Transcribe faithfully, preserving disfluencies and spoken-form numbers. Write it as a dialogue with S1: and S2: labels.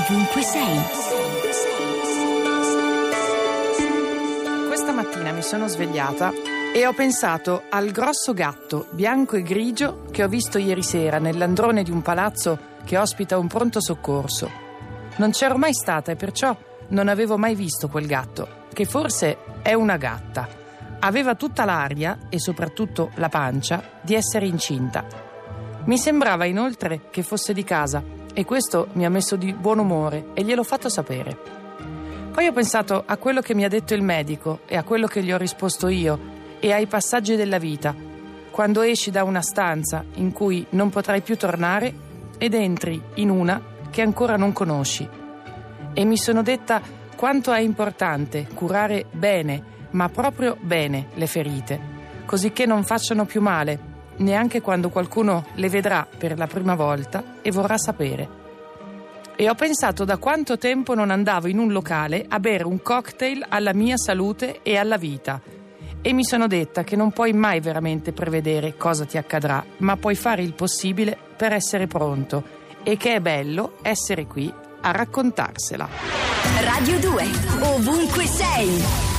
S1: ovunque sei.
S2: Questa mattina mi sono svegliata e ho pensato al grosso gatto bianco e grigio che ho visto ieri sera nell'androne di un palazzo che ospita un pronto soccorso. Non c'ero mai stata e perciò non avevo mai visto quel gatto, che forse è una gatta. Aveva tutta l'aria, e soprattutto la pancia, di essere incinta. Mi sembrava inoltre che fosse di casa, e questo mi ha messo di buon umore e gliel'ho fatto sapere. Poi ho pensato a quello che mi ha detto il medico e a quello che gli ho risposto io e ai passaggi della vita, quando esci da una stanza in cui non potrai più tornare ed entri in una che ancora non conosci. E mi sono detta quanto è importante curare bene, ma proprio bene, le ferite, così che non facciano più male, neanche quando qualcuno le vedrà per la prima volta e vorrà sapere. E ho pensato da quanto tempo non andavo in un locale a bere un cocktail alla mia salute e alla vita. E mi sono detta che non puoi mai veramente prevedere cosa ti accadrà, ma puoi fare il possibile per essere pronto, e che è bello essere qui a raccontarsela.
S1: Radio due, ovunque sei.